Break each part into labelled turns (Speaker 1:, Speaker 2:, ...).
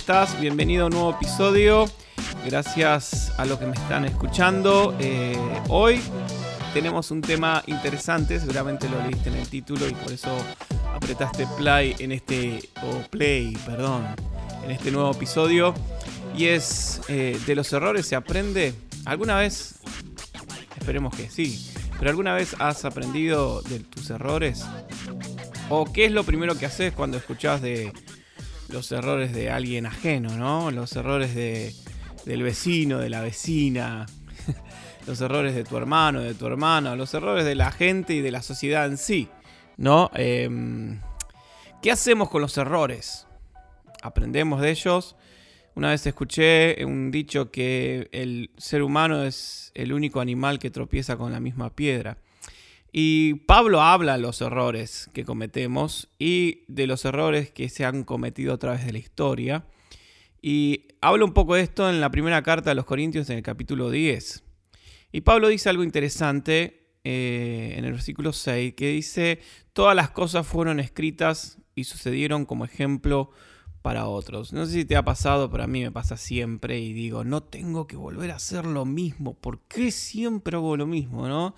Speaker 1: estás? Bienvenido a un nuevo episodio. Gracias a los que me están escuchando. Hoy tenemos un tema interesante, seguramente lo leíste en el título y por eso apretaste play en este nuevo episodio. Y es, ¿de los errores se aprende? ¿Alguna vez? Esperemos que sí. ¿Pero alguna vez has aprendido de tus errores? ¿O qué es lo primero que haces cuando escuchás de los errores de alguien ajeno, ¿no? Los errores del vecino, de la vecina, los errores de tu hermano, de tu hermana, los errores de la gente y de la sociedad en sí, ¿no? ¿Qué hacemos con los errores? ¿Aprendemos de ellos? Una vez escuché un dicho que el ser humano es el único animal que tropieza con la misma piedra. Y Pablo habla de los errores que cometemos y de los errores que se han cometido a través de la historia. Y habla un poco de esto en la primera carta de los Corintios en el capítulo 10. Y Pablo dice algo interesante en el versículo 6, que dice: todas las cosas fueron escritas y sucedieron como ejemplo para otros. No sé si te ha pasado, pero a mí me pasa siempre y digo, no tengo que volver a hacer lo mismo. ¿Por qué siempre hago lo mismo, no?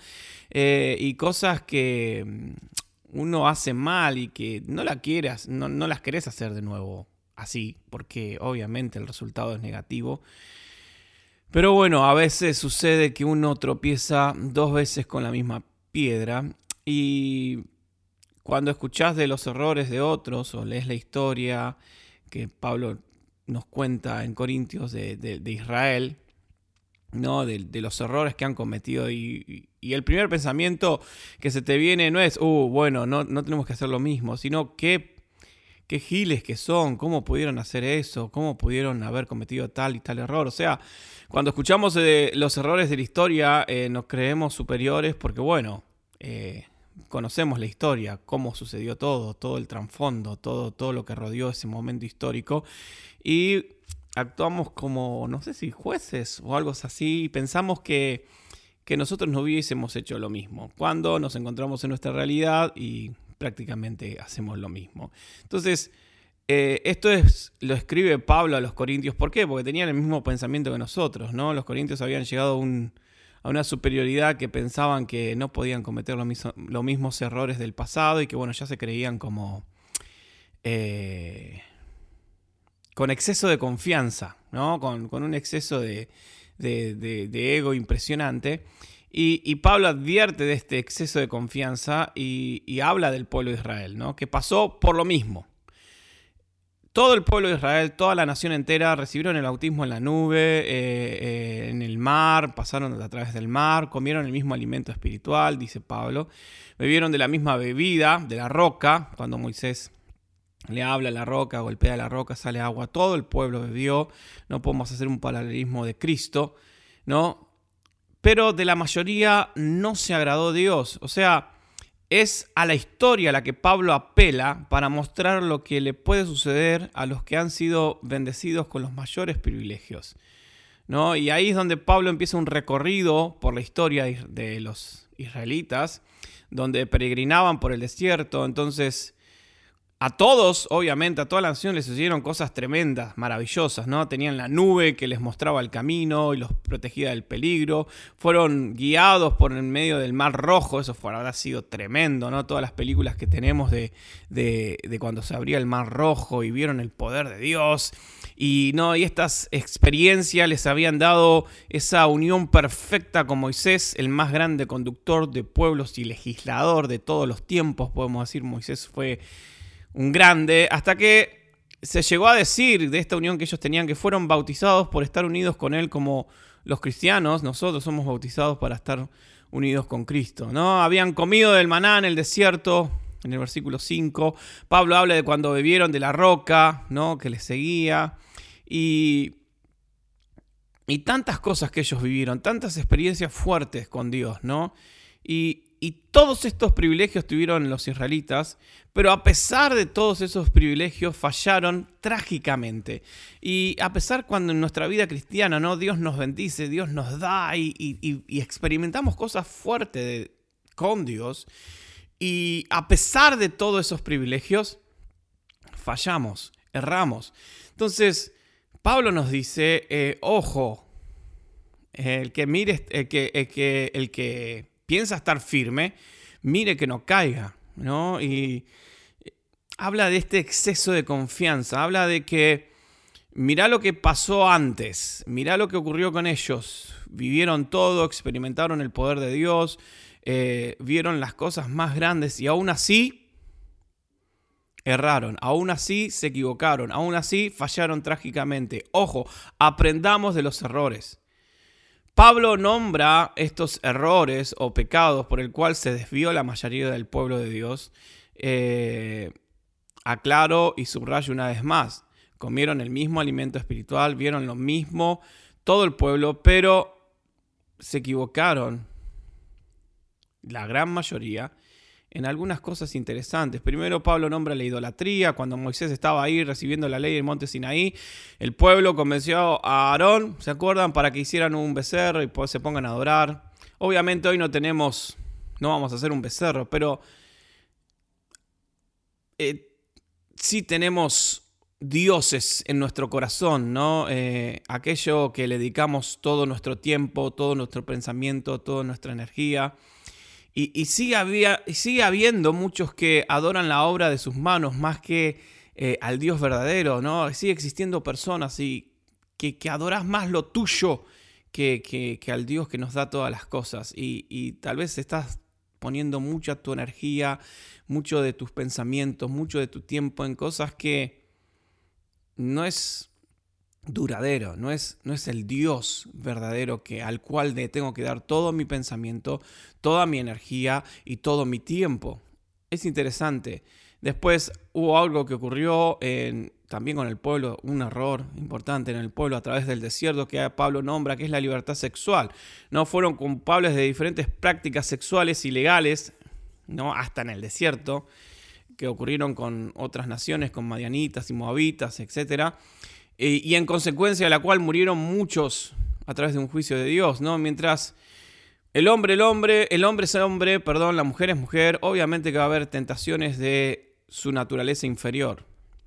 Speaker 1: Y cosas que uno hace mal y que no las querés hacer de nuevo así, porque obviamente el resultado es negativo. Pero bueno, a veces sucede que uno tropieza dos veces con la misma piedra y cuando escuchás de los errores de otros o lees la historia que Pablo nos cuenta en Corintios de Israel, ¿no? De los errores que han cometido y el primer pensamiento que se te viene no es, no tenemos que hacer lo mismo, sino qué giles que son, cómo pudieron hacer eso, cómo pudieron haber cometido tal y tal error. O sea, cuando escuchamos de los errores de la historia nos creemos superiores porque conocemos la historia, cómo sucedió todo el trasfondo, todo lo que rodeó ese momento histórico y actuamos como, no sé si jueces o algo así, y pensamos que nosotros no hubiésemos hecho lo mismo, cuando nos encontramos en nuestra realidad y prácticamente hacemos lo mismo. Entonces, esto lo escribe Pablo a los Corintios. ¿Por qué? Porque tenían el mismo pensamiento que nosotros, ¿no? Los Corintios habían llegado a una superioridad que pensaban que no podían cometer los mismos errores del pasado y que, ya se creían como con exceso de confianza, ¿no? Con un exceso de ego impresionante. Y Pablo advierte de este exceso de confianza y habla del pueblo de Israel, ¿no? Que pasó por lo mismo. Todo el pueblo de Israel, toda la nación entera recibieron el bautismo en la nube, en el mar, pasaron a través del mar, comieron el mismo alimento espiritual, dice Pablo, bebieron de la misma bebida, de la roca, cuando Moisés le habla a la roca, golpea la roca, sale agua, todo el pueblo bebió. No podemos hacer un paralelismo de Cristo, ¿no? Pero de la mayoría no se agradó Dios. O sea, es a la historia a la que Pablo apela para mostrar lo que le puede suceder a los que han sido bendecidos con los mayores privilegios, ¿no? Y ahí es donde Pablo empieza un recorrido por la historia de los israelitas, donde peregrinaban por el desierto. Entonces, a todos, obviamente, a toda la nación les sucedieron cosas tremendas, maravillosas, ¿no? Tenían la nube que les mostraba el camino y los protegía del peligro. Fueron guiados por en medio del Mar Rojo, eso habrá sido tremendo, ¿no? Todas las películas que tenemos de cuando se abría el Mar Rojo y vieron el poder de Dios. Y estas experiencias les habían dado esa unión perfecta con Moisés, el más grande conductor de pueblos y legislador de todos los tiempos. Podemos decir, Moisés fue un grande, hasta que se llegó a decir de esta unión que ellos tenían que fueron bautizados por estar unidos con él, como los cristianos, nosotros somos bautizados para estar unidos con Cristo, ¿no? Habían comido del maná en el desierto, en el versículo 5. Pablo habla de cuando bebieron de la roca, ¿no? Que les seguía, y tantas cosas que ellos vivieron, tantas experiencias fuertes con Dios, ¿no? Y todos estos privilegios tuvieron los israelitas, pero a pesar de todos esos privilegios fallaron trágicamente. Y a pesar cuando en nuestra vida cristiana, ¿no? Dios nos bendice, Dios nos da y experimentamos cosas fuertes con Dios, y a pesar de todos esos privilegios, fallamos, erramos. Entonces, Pablo nos dice, ojo, el que piensa estar firme, mire que no caiga, ¿no? Y habla de este exceso de confianza, habla de que mirá lo que pasó antes, mirá lo que ocurrió con ellos, vivieron todo, experimentaron el poder de Dios, vieron las cosas más grandes y aún así erraron, aún así se equivocaron, aún así fallaron trágicamente. Ojo, aprendamos de los errores. Pablo nombra estos errores o pecados por el cual se desvió la mayoría del pueblo de Dios. Aclaro y subrayo una vez más. Comieron el mismo alimento espiritual, vieron lo mismo todo el pueblo, pero se equivocaron, la gran mayoría, en algunas cosas interesantes. Primero, Pablo nombra la idolatría. Cuando Moisés estaba ahí recibiendo la ley del monte Sinaí, el pueblo convenció a Aarón, ¿se acuerdan?, para que hicieran un becerro y se pongan a adorar. Obviamente hoy no vamos a hacer un becerro, pero sí tenemos dioses en nuestro corazón, ¿no? Aquello que le dedicamos todo nuestro tiempo, todo nuestro pensamiento, toda nuestra energía. Y sigue habiendo muchos que adoran la obra de sus manos más que al Dios verdadero, ¿no? Sigue existiendo personas que adorás más lo tuyo que al Dios que nos da todas las cosas. Y tal vez estás poniendo mucha tu energía, mucho de tus pensamientos, mucho de tu tiempo en cosas que no es duradero, no es el Dios verdadero al cual le tengo que dar todo mi pensamiento, toda mi energía y todo mi tiempo. Es interesante. Después hubo algo que ocurrió también con el pueblo, un error importante en el pueblo a través del desierto que Pablo nombra, que es la libertad sexual. No fueron culpables de diferentes prácticas sexuales ilegales, ¿no?, hasta en el desierto, que ocurrieron con otras naciones, con madianitas y moabitas, etc. Y en consecuencia de la cual murieron muchos a través de un juicio de Dios, ¿no? Mientras el hombre es hombre, la mujer es mujer, obviamente que va a haber tentaciones de su naturaleza inferior.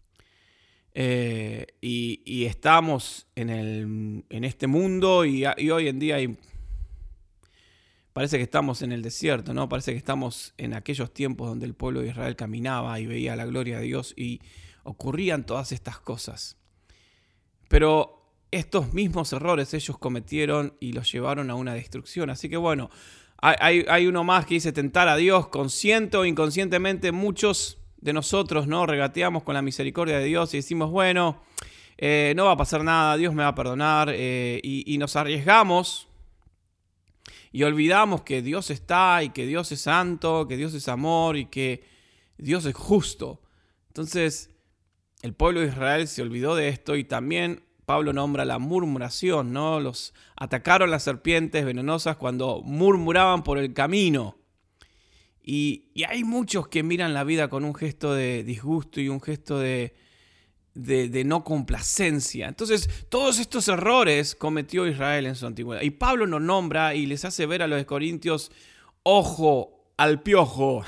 Speaker 1: Y estamos en este mundo y hoy en día parece que estamos en el desierto, ¿no? Parece que estamos en aquellos tiempos donde el pueblo de Israel caminaba y veía la gloria de Dios y ocurrían todas estas cosas. Pero estos mismos errores ellos cometieron y los llevaron a una destrucción. Así que bueno, hay uno más que dice tentar a Dios. Consciente o inconscientemente muchos de nosotros, ¿no?, regateamos con la misericordia de Dios y decimos, bueno, no va a pasar nada, Dios me va a perdonar. Y nos arriesgamos y olvidamos que Dios está y que Dios es santo, que Dios es amor y que Dios es justo. Entonces, el pueblo de Israel se olvidó de esto y también Pablo nombra la murmuración, ¿no? Los atacaron las serpientes venenosas cuando murmuraban por el camino. Y hay muchos que miran la vida con un gesto de disgusto y un gesto de no complacencia. Entonces, todos estos errores cometió Israel en su antigüedad. Y Pablo nos nombra y les hace ver a los corintios, ojo al piojo.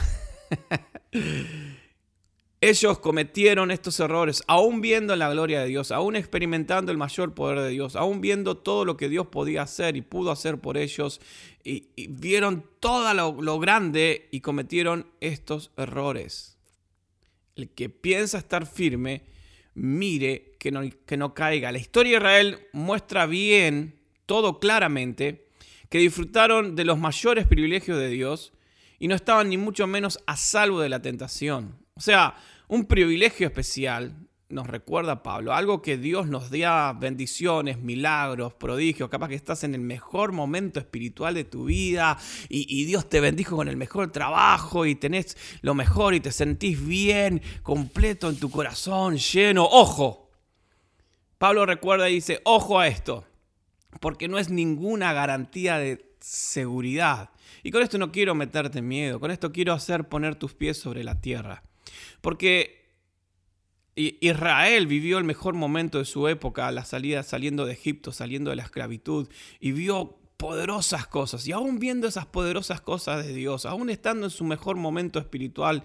Speaker 1: Ellos cometieron estos errores, aún viendo la gloria de Dios, aún experimentando el mayor poder de Dios, aún viendo todo lo que Dios podía hacer y pudo hacer por ellos, y vieron todo lo grande y cometieron estos errores. El que piensa estar firme, mire que no caiga. La historia de Israel muestra bien, todo claramente, que disfrutaron de los mayores privilegios de Dios y no estaban ni mucho menos a salvo de la tentación. O sea, un privilegio especial, nos recuerda Pablo, algo que Dios nos da, bendiciones, milagros, prodigios, capaz que estás en el mejor momento espiritual de tu vida y Dios te bendijo con el mejor trabajo y tenés lo mejor y te sentís bien, completo en tu corazón, lleno. ¡Ojo! Pablo recuerda y dice, ojo a esto, porque no es ninguna garantía de seguridad. Y con esto no quiero meterte en miedo, con esto quiero hacer poner tus pies sobre la tierra. Porque Israel vivió el mejor momento de su época, la salida saliendo de Egipto, saliendo de la esclavitud, y vio poderosas cosas. Y aún viendo esas poderosas cosas de Dios, aún estando en su mejor momento espiritual,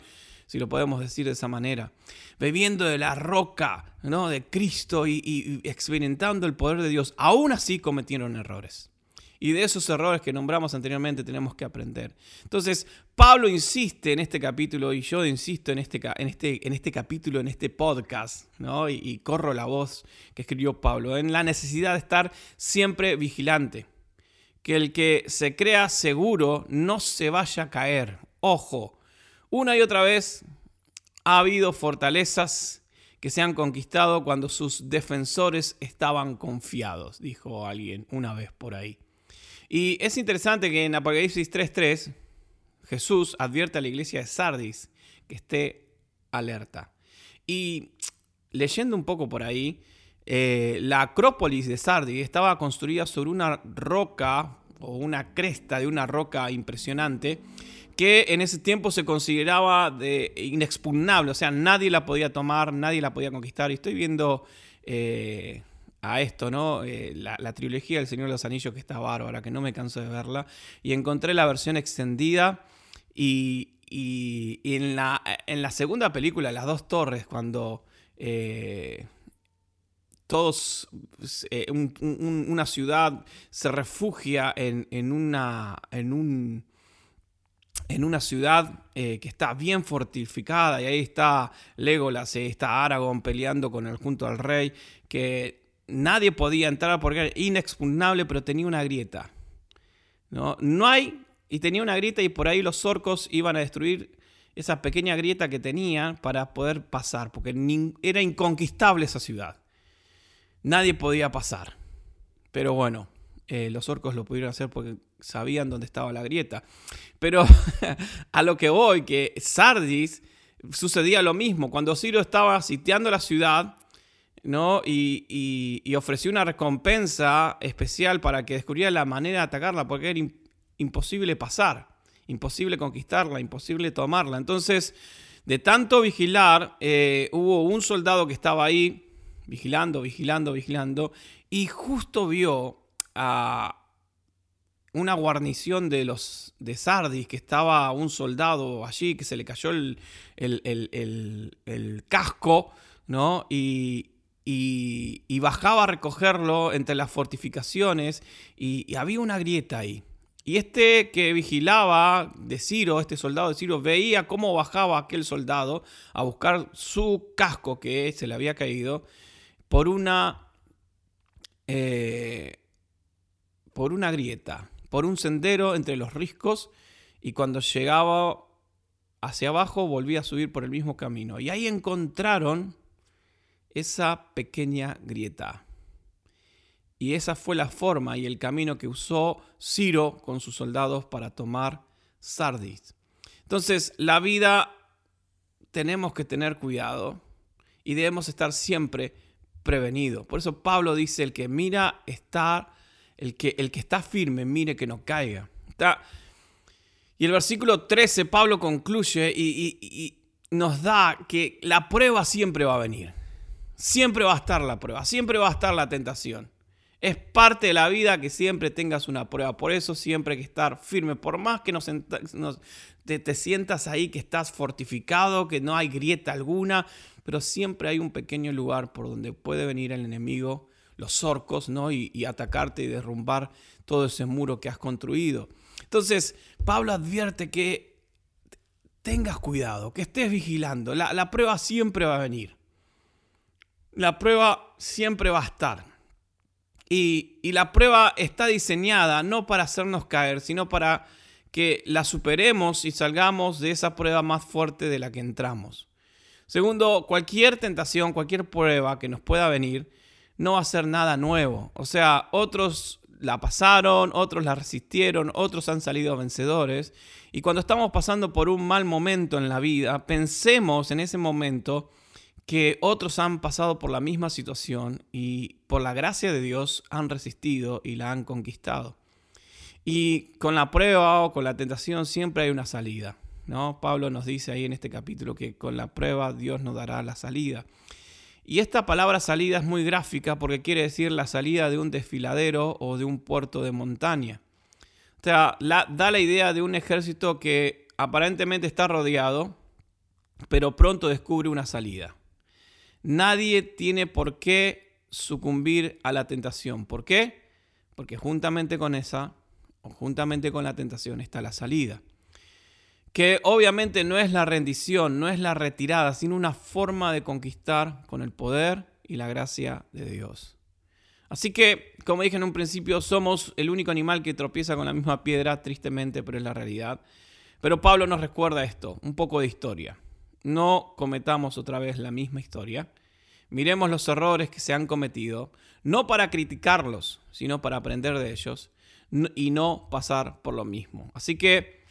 Speaker 1: si lo podemos decir de esa manera, bebiendo de la roca, ¿no?, de Cristo y experimentando el poder de Dios, aún así cometieron errores. Y de esos errores que nombramos anteriormente tenemos que aprender. Entonces, Pablo insiste en este capítulo y yo insisto en este capítulo, en este podcast, ¿no? Y corro la voz que escribió Pablo, en la necesidad de estar siempre vigilante. Que el que se crea seguro no se vaya a caer. Ojo, una y otra vez ha habido fortalezas que se han conquistado cuando sus defensores estaban confiados, dijo alguien una vez por ahí. Y es interesante que en Apocalipsis 3:3 Jesús advierte a la iglesia de Sardis que esté alerta. Y leyendo un poco por ahí, la Acrópolis de Sardis estaba construida sobre una roca o una cresta de una roca impresionante que en ese tiempo se consideraba inexpugnable, o sea, nadie la podía tomar, nadie la podía conquistar. Y estoy viendo a esto, ¿no? La trilogía del Señor de los Anillos, que está bárbara, que no me canso de verla, y encontré la versión extendida y en la segunda película, Las Dos Torres, cuando una ciudad se refugia en una ciudad que está bien fortificada, y ahí está Legolas, está Aragorn peleando junto al rey, que nadie podía entrar porque era inexpugnable, pero tenía una grieta. Y tenía una grieta, y por ahí los orcos iban a destruir esa pequeña grieta que tenía para poder pasar, porque era inconquistable esa ciudad. Nadie podía pasar. Pero bueno, los orcos lo pudieron hacer porque sabían dónde estaba la grieta. Pero a lo que voy, que Sardis sucedía lo mismo. Cuando Ciro estaba sitiando la ciudad, ¿no?, y ofreció una recompensa especial para que descubriera la manera de atacarla, porque era imposible pasar, imposible conquistarla, imposible tomarla. Entonces, de tanto vigilar, hubo un soldado que estaba ahí vigilando, y justo vio a una guarnición de Sardis, que estaba un soldado allí, que se le cayó el casco, ¿no? Y bajaba a recogerlo entre las fortificaciones, y había una grieta ahí. Y este que vigilaba de Ciro, este soldado de Ciro, veía cómo bajaba aquel soldado a buscar su casco que se le había caído por una grieta, por un sendero entre los riscos, y cuando llegaba hacia abajo volvía a subir por el mismo camino. Y ahí encontraron esa pequeña grieta. Y esa fue la forma y el camino que usó Ciro con sus soldados para tomar Sardis. Entonces, la vida tenemos que tener cuidado y debemos estar siempre prevenidos. Por eso Pablo dice, el que está firme, mire que no caiga. Y el versículo 13, Pablo concluye y nos da que la prueba siempre va a venir. Siempre va a estar la prueba, siempre va a estar la tentación. Es parte de la vida que siempre tengas una prueba. Por eso siempre hay que estar firme. Por más que te sientas ahí, que estás fortificado, que no hay grieta alguna, pero siempre hay un pequeño lugar por donde puede venir el enemigo, los orcos, ¿no? y atacarte y derrumbar todo ese muro que has construido. Entonces, Pablo advierte que tengas cuidado, que estés vigilando. La prueba siempre va a venir. La prueba siempre va a estar. Y la prueba está diseñada no para hacernos caer, sino para que la superemos y salgamos de esa prueba más fuerte de la que entramos. Segundo, cualquier tentación, cualquier prueba que nos pueda venir, no va a ser nada nuevo. O sea, otros la pasaron, otros la resistieron, otros han salido vencedores. Y cuando estamos pasando por un mal momento en la vida, pensemos en ese momento que otros han pasado por la misma situación y por la gracia de Dios han resistido y la han conquistado. Y con la prueba o con la tentación siempre hay una salida, ¿no? Pablo nos dice ahí en este capítulo que con la prueba Dios nos dará la salida. Y esta palabra salida es muy gráfica porque quiere decir la salida de un desfiladero o de un puerto de montaña. O sea, da la idea de un ejército que aparentemente está rodeado, pero pronto descubre una salida. Nadie tiene por qué sucumbir a la tentación. ¿Por qué? Porque juntamente con esa, o juntamente con la tentación, está la salida. Que obviamente no es la rendición, no es la retirada, sino una forma de conquistar con el poder y la gracia de Dios. Así que, como dije en un principio, somos el único animal que tropieza con la misma piedra, tristemente, pero es la realidad. Pero Pablo nos recuerda esto, un poco de historia. No cometamos otra vez la misma historia. Miremos los errores que se han cometido, no para criticarlos, sino para aprender de ellos y no pasar por lo mismo. Así que,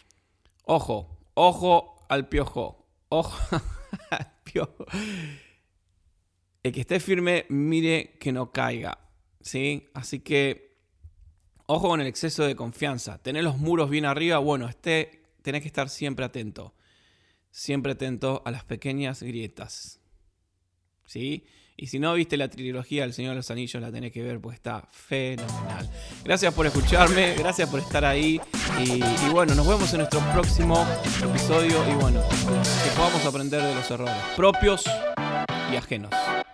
Speaker 1: ojo al piojo, ojo al piojo. El que esté firme, mire que no caiga, ¿sí? Así que, ojo con el exceso de confianza. Tener los muros bien arriba, bueno, tenés que estar siempre atento a las pequeñas grietas, ¿sí? Y si no viste la trilogía del Señor de los Anillos, la tenés que ver, pues está fenomenal. Gracias por escucharme, gracias por estar ahí. Y bueno, nos vemos en nuestro próximo episodio. Y bueno, que podamos aprender de los errores propios y ajenos.